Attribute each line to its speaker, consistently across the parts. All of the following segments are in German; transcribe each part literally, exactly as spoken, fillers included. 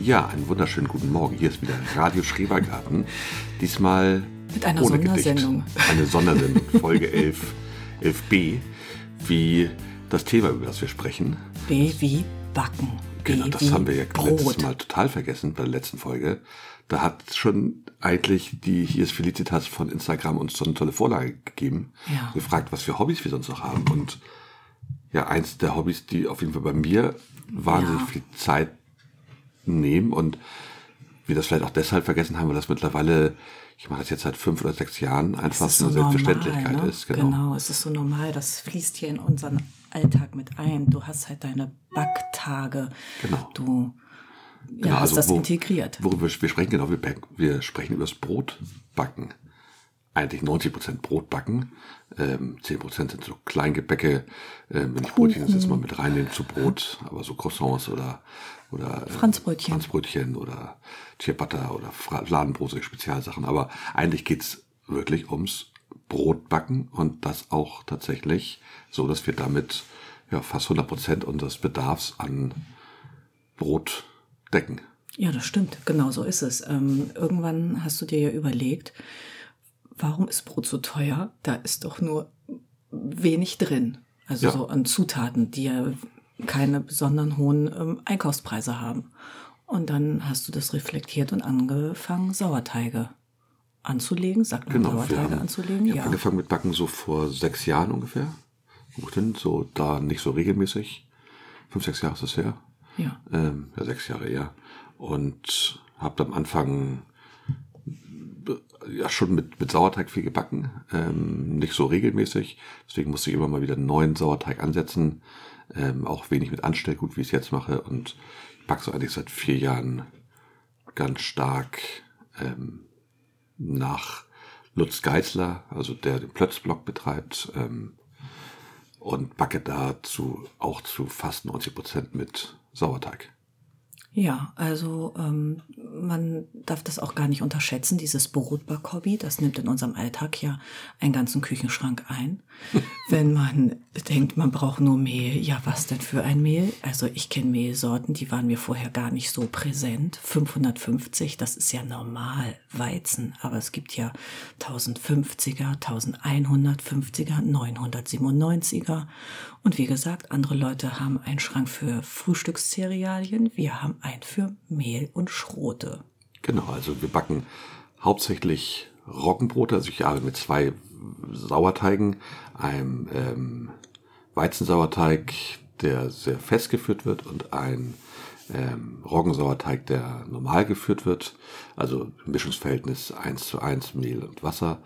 Speaker 1: Ja, einen wunderschönen guten Morgen. Hier ist wieder Radio Schrebergarten. Diesmal
Speaker 2: mit einer
Speaker 1: ohne
Speaker 2: Sondersendung.
Speaker 1: Gedicht. Eine Sondersendung, Folge elf, elf b, wie das Thema, über das wir sprechen.
Speaker 2: B wie Backen. B
Speaker 1: Genau, das
Speaker 2: wie
Speaker 1: haben wir ja
Speaker 2: Brot.
Speaker 1: letztes Mal total vergessen bei der letzten Folge. Da hat schon eigentlich die Hier ist Felicitas von Instagram uns so eine tolle Vorlage gegeben.
Speaker 2: Ja.
Speaker 1: Gefragt, was für Hobbys wir sonst noch haben. Und ja, eins der Hobbys, die auf jeden Fall bei mir wahnsinnig
Speaker 2: Ja.
Speaker 1: viel Zeit nehmen und wir das vielleicht auch deshalb vergessen haben, weil das mittlerweile, ich mache das jetzt seit fünf oder sechs Jahren, einfach
Speaker 2: Es ist
Speaker 1: so eine
Speaker 2: normal,
Speaker 1: Selbstverständlichkeit
Speaker 2: ne?
Speaker 1: ist. Genau.
Speaker 2: Genau, es ist so normal. Das fließt hier in unseren Alltag mit ein. Du hast halt deine Backtage.
Speaker 1: Genau.
Speaker 2: Du ja,
Speaker 1: Genau,
Speaker 2: hast
Speaker 1: also
Speaker 2: das
Speaker 1: wo-
Speaker 2: integriert.
Speaker 1: Worüber wir, wir sprechen, genau, wir, back- wir sprechen über das Brotbacken. Eigentlich neunzig Prozent Brotbacken, ähm, zehn Prozent sind so Kleingebäcke, ähm, wenn ich Brötchen das jetzt mal mit reinnehme zu Brot, aber so Croissants oder, oder äh,
Speaker 2: Franzbrötchen.
Speaker 1: Franzbrötchen oder Ciabatta oder Fra- Fladenbrot, solche Spezialsachen. Aber eigentlich geht's wirklich ums Brotbacken und das auch tatsächlich so, dass wir damit ja, fast hundert Prozent unseres Bedarfs an Brot decken.
Speaker 2: Ja, das stimmt. Genau so ist es. Ähm, irgendwann hast du dir ja überlegt, warum ist Brot so teuer? Da ist doch nur wenig drin. Also
Speaker 1: Ja.
Speaker 2: so an Zutaten, die ja keine besonderen hohen ähm, Einkaufspreise haben. Und dann hast du das reflektiert und angefangen, Sauerteige anzulegen. Sagt man
Speaker 1: Genau, wir
Speaker 2: Sauerteige
Speaker 1: haben,
Speaker 2: anzulegen?
Speaker 1: ich habe
Speaker 2: Ja.
Speaker 1: angefangen mit Backen so vor sechs Jahren ungefähr. Gut, so da nicht so regelmäßig. Fünf, sechs Jahre ist das her.
Speaker 2: Ja.
Speaker 1: Ähm, ja, sechs Jahre eher. Und habe am Anfang äh, ja schon mit, mit Sauerteig viel gebacken. Ähm, nicht so regelmäßig. Deswegen musste ich immer mal wieder einen neuen Sauerteig ansetzen. Ähm, auch wenig mit Anstellgut, wie ich es jetzt mache. Und ich backe so eigentlich seit vier Jahren ganz stark ähm, nach Lutz Geisler, also der den Plötzblock betreibt, ähm, und backe dazu auch zu fast neunzig Prozent mit Sauerteig.
Speaker 2: Ja, also ähm, man darf das auch gar nicht unterschätzen, dieses Brotback-Hobby, das nimmt in unserem Alltag ja einen ganzen Küchenschrank ein. Wenn man denkt, man braucht nur Mehl, ja, was denn für ein Mehl? Also ich kenne Mehlsorten, die waren mir vorher gar nicht so präsent. fünfhundertfünfzig, das ist ja normal, Weizen, aber es gibt ja tausendfünfziger, elfhundertfünfziger, neunhundertsiebenundneunziger und wie gesagt, andere Leute haben einen Schrank für Frühstückscerealien, wir haben einen für Mehl und Schrote.
Speaker 1: Genau, also wir backen hauptsächlich Roggenbrote, also ich arbeite mit zwei Sauerteigen, einem ähm, Weizensauerteig, der sehr fest geführt wird und ein ähm, Roggensauerteig, der normal geführt wird, also Mischungsverhältnis eins zu eins Mehl und Wasser.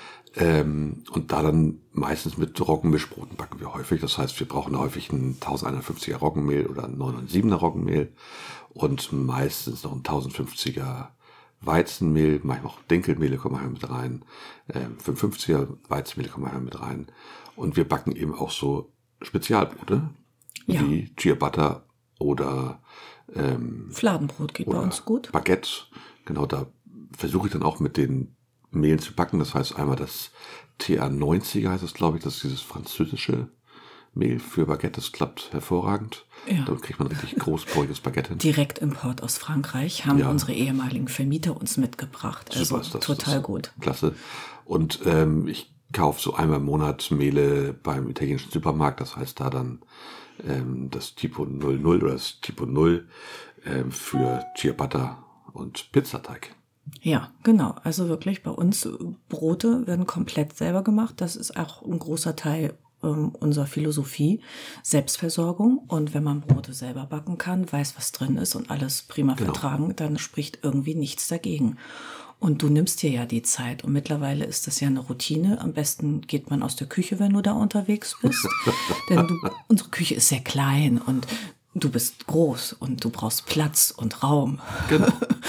Speaker 1: Ähm, und da dann meistens mit Roggenmischbroten backen wir häufig. Das heißt, wir brauchen häufig ein elfhundertfünfziger Roggenmehl oder ein neunhundertsiebener Roggenmehl und meistens noch ein tausendfünfziger Weizenmehl, manchmal auch Dinkelmehle kommen manchmal mit rein, ähm, fünfhundertfünfziger Weizenmehle kommen manchmal mit rein. Und wir backen eben auch so Spezialbrote,
Speaker 2: Ja.
Speaker 1: wie Ciabatta oder ähm,
Speaker 2: Fladenbrot geht bei
Speaker 1: oder
Speaker 2: uns gut.
Speaker 1: Baguette. Genau, da versuche ich dann auch mit den Mehlen zu backen. Das heißt einmal das T A neunziger heißt es, glaube ich, das ist dieses französische Mehl für Baguette. Das klappt hervorragend.
Speaker 2: Ja.
Speaker 1: Damit kriegt man richtig großporiges Baguette hin.
Speaker 2: Direktimport aus Frankreich haben
Speaker 1: Ja.
Speaker 2: unsere ehemaligen Vermieter uns mitgebracht. Also
Speaker 1: Super ist das.
Speaker 2: total
Speaker 1: Das ist
Speaker 2: gut.
Speaker 1: Klasse. Und ähm, ich kaufe so einmal im Monat Mehle beim italienischen Supermarkt. Das heißt da dann ähm, das Tipo null null oder das Tipo null ähm, für Ciabatta und Pizzateig.
Speaker 2: Ja, genau. Also wirklich bei uns äh, Brote werden komplett selber gemacht. Das ist auch ein großer Teil ähm, unserer Philosophie. Selbstversorgung. Und wenn man Brote selber backen kann, weiß, was drin ist und alles prima
Speaker 1: Genau.
Speaker 2: vertragen, dann spricht irgendwie nichts dagegen. Und du nimmst dir ja die Zeit. Und mittlerweile ist das ja eine Routine. Am besten geht man aus der Küche, wenn du da unterwegs bist. Denn du, unsere Küche ist sehr klein und du bist groß und du brauchst Platz und Raum,
Speaker 1: Genau.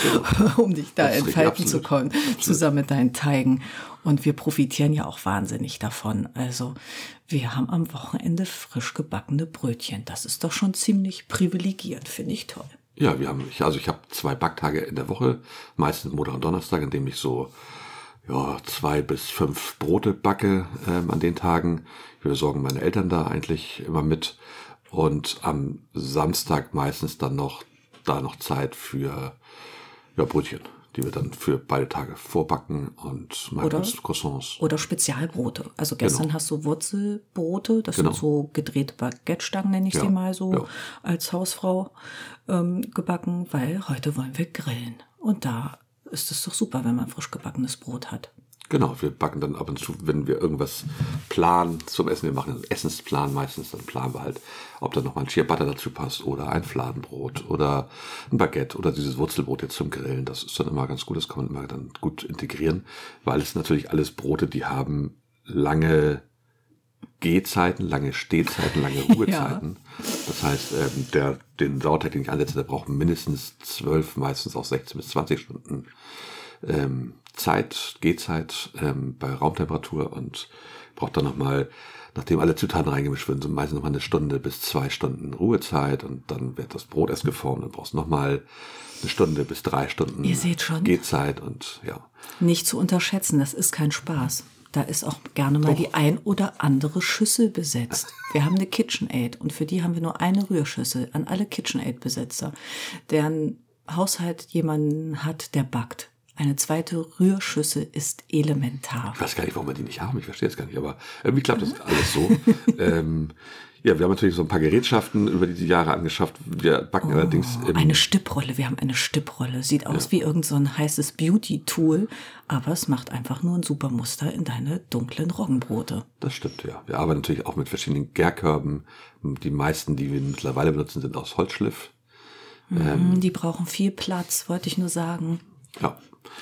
Speaker 2: um dich da
Speaker 1: Absolut,
Speaker 2: entfalten zu
Speaker 1: absolut.
Speaker 2: können,
Speaker 1: Absolut.
Speaker 2: zusammen mit deinen Teigen. Und wir profitieren ja auch wahnsinnig davon. Also wir haben am Wochenende frisch gebackene Brötchen. Das ist doch schon ziemlich privilegiert, finde ich toll.
Speaker 1: Ja, wir haben, ich, also ich habe zwei Backtage in der Woche, meistens Montag und Donnerstag, in dem ich so ja, zwei bis fünf Brote backe ähm, an den Tagen. Wir besorgen meine Eltern da eigentlich immer mit. Und am Samstag meistens dann noch da noch Zeit für ja, Brötchen, die wir dann für beide Tage vorbacken und meistens
Speaker 2: Oder-
Speaker 1: Croissants.
Speaker 2: Oder Spezialbrote. Also gestern
Speaker 1: Genau.
Speaker 2: hast du Wurzelbrote, das
Speaker 1: Genau.
Speaker 2: sind so gedrehte Baguette-Stangen, nenne ich
Speaker 1: Ja,
Speaker 2: sie mal so,
Speaker 1: ja.
Speaker 2: als Hausfrau ähm, gebacken, weil heute wollen wir grillen. Und da ist es doch super, wenn man frisch gebackenes Brot hat.
Speaker 1: Genau, wir backen dann ab und zu, wenn wir irgendwas planen zum Essen, wir machen einen Essensplan meistens, dann planen wir halt, ob da nochmal ein Ciabatta dazu passt oder ein Fladenbrot oder ein Baguette oder dieses Wurzelbrot jetzt zum Grillen. Das ist dann immer ganz gut, das kann man immer dann gut integrieren, weil es natürlich alles Brote, die haben lange Gehzeiten, lange Stehzeiten, lange Ruhezeiten. Das heißt, ähm, der, den Sauerteig, den ich ansetze, der braucht mindestens zwölf, meistens auch sechzehn bis zwanzig Stunden ähm, Zeit, Gehzeit ähm, bei Raumtemperatur und braucht dann nochmal, nachdem alle Zutaten reingemischt werden, so meistens nochmal eine Stunde bis zwei Stunden Ruhezeit und dann wird das Brot erst geformt, dann brauchst du nochmal eine Stunde bis drei Stunden
Speaker 2: Ihr seht schon.
Speaker 1: Gehzeit und ja.
Speaker 2: Nicht zu unterschätzen, das ist kein Spaß. Da ist auch gerne mal die ein oder andere Schüssel besetzt. Wir haben eine KitchenAid und für die haben wir nur eine Rührschüssel an alle KitchenAid-Besitzer, deren Haushalt jemanden hat, der backt. Eine zweite Rührschüssel ist elementar.
Speaker 1: Ich weiß gar nicht, warum wir die nicht haben. Ich verstehe es gar nicht. Aber irgendwie klappt das alles so. ähm, ja, wir haben natürlich so ein paar Gerätschaften über die Jahre angeschafft. Wir backen allerdings im...
Speaker 2: Eine Stipprolle, wir haben eine Stipprolle. Sieht aus wie irgend so ein heißes Beauty-Tool, aber es macht einfach nur ein super Muster in deine dunklen Roggenbrote.
Speaker 1: Das stimmt, ja. Wir arbeiten natürlich auch mit verschiedenen Gärkörben. Die meisten, die wir mittlerweile benutzen, sind aus Holzschliff.
Speaker 2: Ähm, die brauchen viel Platz, wollte ich nur sagen.
Speaker 1: Ja.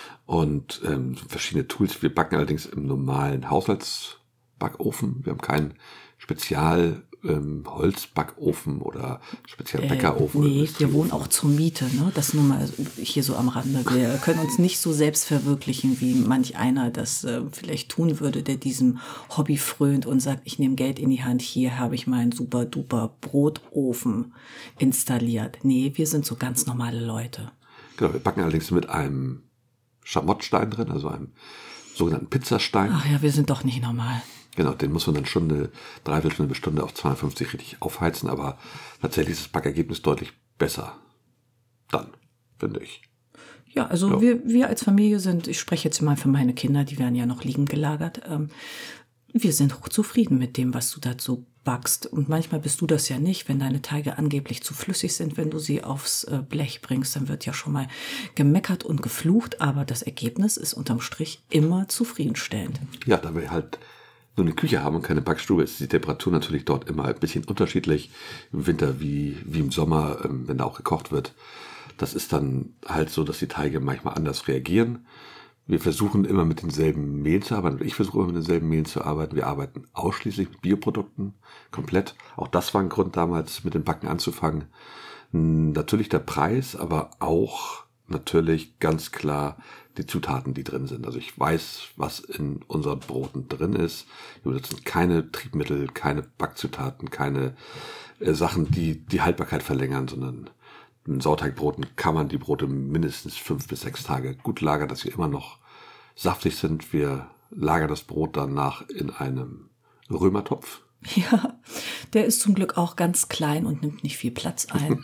Speaker 1: Und ähm, verschiedene Tools. Wir backen allerdings im normalen Haushaltsbackofen. Wir haben keinen Spezial ähm, Holzbackofen oder speziell Bäckerofen.
Speaker 2: Äh, nee, wir wohnen auch zur Miete, ne? Das nur mal hier so am Rande. Wir können uns nicht so selbst verwirklichen, wie manch einer das äh, vielleicht tun würde, der diesem Hobby frönt und sagt, ich nehme Geld in die Hand, hier habe ich meinen super duper Brotofen installiert. Nee, wir sind so ganz normale Leute.
Speaker 1: Genau, wir backen allerdings mit einem Schamottstein drin, also einem sogenannten Pizzastein.
Speaker 2: Ach ja, wir sind doch nicht normal.
Speaker 1: Genau, den muss man dann schon eine Dreiviertelstunde bis Stunde auf zweihundertfünfzig richtig aufheizen, aber tatsächlich ist das Backergebnis deutlich besser. Dann, finde ich.
Speaker 2: Ja, also
Speaker 1: Ja.
Speaker 2: Wir, wir als Familie sind, ich spreche jetzt mal für meine Kinder, die werden ja noch liegend gelagert, ähm, wir sind hochzufrieden mit dem, was du dazu backst. Und manchmal bist du das ja nicht, wenn deine Teige angeblich zu flüssig sind, wenn du sie aufs äh, Blech bringst, dann wird ja schon mal gemeckert und geflucht, aber das Ergebnis ist unterm Strich immer zufriedenstellend.
Speaker 1: Ja, da wir halt nur eine Küche haben und keine Backstube, ist die Temperatur natürlich dort immer ein bisschen unterschiedlich. Im Winter wie, wie im Sommer, ähm, wenn da auch gekocht wird. Das ist dann halt so, dass die Teige manchmal anders reagieren. Wir versuchen immer mit denselben Mehlen zu arbeiten. Ich versuche immer mit denselben Mehlen zu arbeiten. Wir arbeiten ausschließlich mit Bioprodukten, komplett. Auch das war ein Grund damals, mit dem Backen anzufangen. Natürlich der Preis, aber auch natürlich ganz klar die Zutaten, die drin sind. Also ich weiß, was in unseren Broten drin ist. Wir benutzen keine Triebmittel, keine Backzutaten, keine äh, Sachen, die die Haltbarkeit verlängern, sondern in Sauerteigbroten kann man die Brote mindestens fünf bis sechs Tage gut lagern, dass sie immer noch saftig sind. Wir lagern das Brot danach in einem Römertopf.
Speaker 2: Ja, der ist zum Glück auch ganz klein und nimmt nicht viel Platz ein.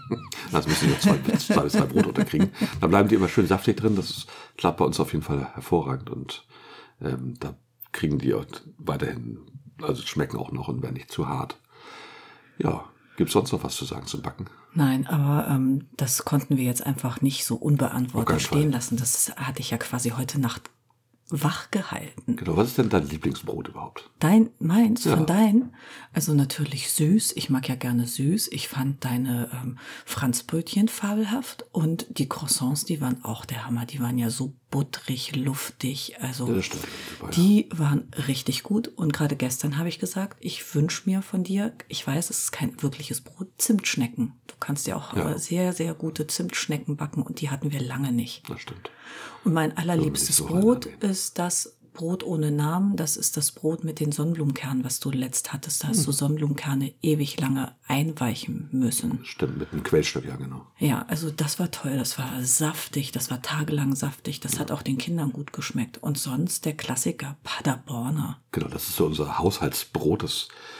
Speaker 1: Das müssen wir zwei, zwei bis drei Brote unterkriegen. Dann bleiben die immer schön saftig drin. Das klappt bei uns auf jeden Fall hervorragend. Und ähm, da kriegen die auch weiterhin, also schmecken auch noch und werden nicht zu hart. Ja, gibt es sonst noch was zu sagen zum Backen?
Speaker 2: Nein, aber ähm, das konnten wir jetzt einfach nicht so
Speaker 1: Auf keinen
Speaker 2: unbeantwortet stehen
Speaker 1: Fall.
Speaker 2: lassen. Das hatte ich ja quasi heute Nacht wach gehalten.
Speaker 1: Genau, was ist denn dein Lieblingsbrot überhaupt?
Speaker 2: Dein, meins,
Speaker 1: Ja.
Speaker 2: von dein, also natürlich süß. Ich mag ja gerne süß. Ich fand deine ähm, Franzbrötchen fabelhaft und die Croissants, die waren auch der Hammer. Die waren ja so butterig, luftig. Also
Speaker 1: Ja, das stimmt. Super, ja.
Speaker 2: die waren richtig gut. Und gerade gestern habe ich gesagt, ich wünsche mir von dir, ich weiß, es ist kein wirkliches Brot, Zimtschnecken. Du kannst ja auch
Speaker 1: Ja.
Speaker 2: äh, sehr, sehr gute Zimtschnecken backen und die hatten wir lange nicht.
Speaker 1: Das stimmt.
Speaker 2: Und mein allerliebstes
Speaker 1: so
Speaker 2: Brot
Speaker 1: weit,
Speaker 2: ist das Brot ohne Namen. Das ist das Brot mit den Sonnenblumenkernen, was du letzt hattest. Da hast du Sonnenblumenkerne ewig lange einweichen müssen.
Speaker 1: Stimmt, mit einem Quellstoff, ja genau.
Speaker 2: Ja, also das war toll. Das war saftig. Das war tagelang saftig. Das hat auch den Kindern gut geschmeckt. Und sonst der Klassiker Paderborner.
Speaker 1: Genau, das ist so unser Haushaltsbrot. Das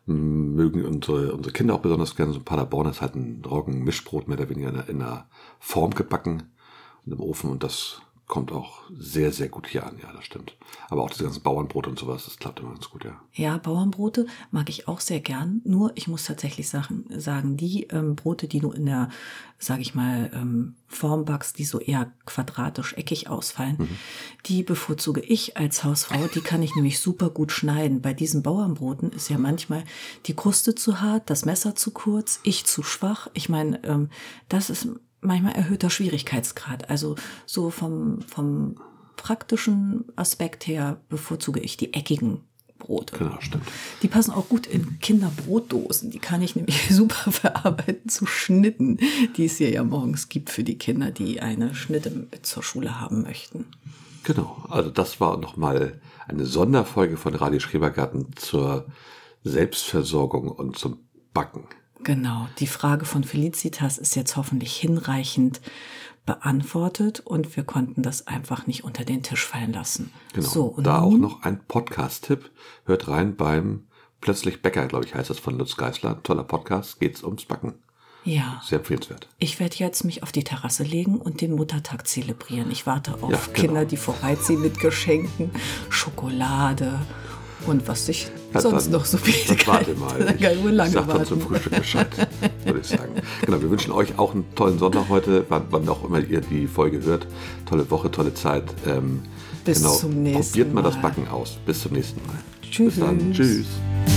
Speaker 1: mögen unsere, unsere Kinder auch besonders gerne. So ein Paderborn ist halt ein Roggen-Mischbrot, mehr oder weniger in einer, in einer Form gebacken und im Ofen. Und das kommt auch sehr, sehr gut hier an. Ja, das stimmt. Aber auch das ganze Bauernbrot und sowas, das klappt immer ganz gut, ja.
Speaker 2: Ja, Bauernbrote mag ich auch sehr gern. Nur ich muss tatsächlich Sachen sagen, die ähm, Brote, die du in der, sage ich mal, ähm, Form backst, die so eher quadratisch, eckig ausfallen, mhm. die bevorzuge ich als Hausfrau. Die kann ich nämlich super gut schneiden. Bei diesen Bauernbroten ist ja manchmal die Kruste zu hart, das Messer zu kurz, ich zu schwach. Ich meine, ähm, das ist manchmal erhöhter Schwierigkeitsgrad. Also so vom, vom praktischen Aspekt her bevorzuge ich die eckigen Brote.
Speaker 1: Genau, stimmt.
Speaker 2: Die passen auch gut in Kinderbrotdosen. Die kann ich nämlich super verarbeiten zu Schnitten, die es hier ja morgens gibt für die Kinder, die eine Schnitte mit zur Schule haben möchten.
Speaker 1: Genau, also das war nochmal eine Sonderfolge von Radio Schrebergarten zur Selbstversorgung und zum Backen.
Speaker 2: Genau, die Frage von Felicitas ist jetzt hoffentlich hinreichend beantwortet und wir konnten das einfach nicht unter den Tisch fallen lassen.
Speaker 1: Genau,
Speaker 2: so, und
Speaker 1: da
Speaker 2: nun?
Speaker 1: auch noch ein Podcast-Tipp. Hört rein beim Plötzlich Bäcker, glaube ich, heißt das, von Lutz Geisler. Toller Podcast, geht's ums Backen.
Speaker 2: Ja.
Speaker 1: Sehr empfehlenswert.
Speaker 2: Ich werde jetzt mich auf die Terrasse legen und den Muttertag zelebrieren. Ich warte auf
Speaker 1: ja, genau.
Speaker 2: Kinder, die vorbeiziehen mit Geschenken, Schokolade und was ich ja, sonst
Speaker 1: dann,
Speaker 2: noch so viel
Speaker 1: kann. Warte mal. Ich,
Speaker 2: kann lange
Speaker 1: ich sag dann
Speaker 2: warten.
Speaker 1: zum Frühstück Bescheid, würde ich sagen. Genau, wir wünschen euch auch einen tollen Sonntag heute, wann, wann auch immer ihr die Folge hört. Tolle Woche, tolle Zeit. Ähm,
Speaker 2: Bis
Speaker 1: genau,
Speaker 2: zum nächsten Mal.
Speaker 1: Probiert mal das Backen aus. Bis zum nächsten Mal.
Speaker 2: Tschüss.
Speaker 1: Bis dann. Tschüss.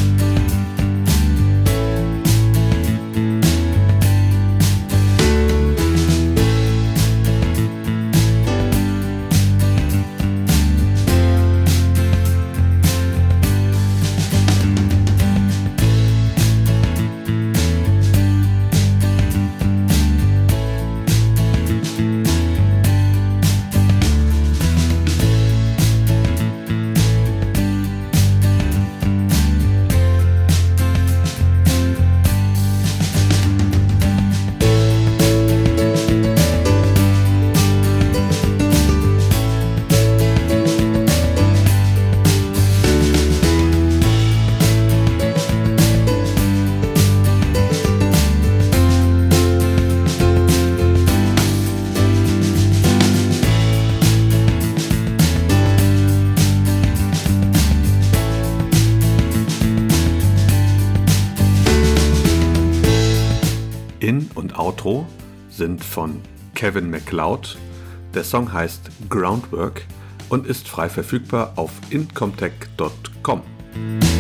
Speaker 1: In- und Outro sind von Kevin MacLeod. Der Song heißt Groundwork und ist frei verfügbar auf incomtech punkt com.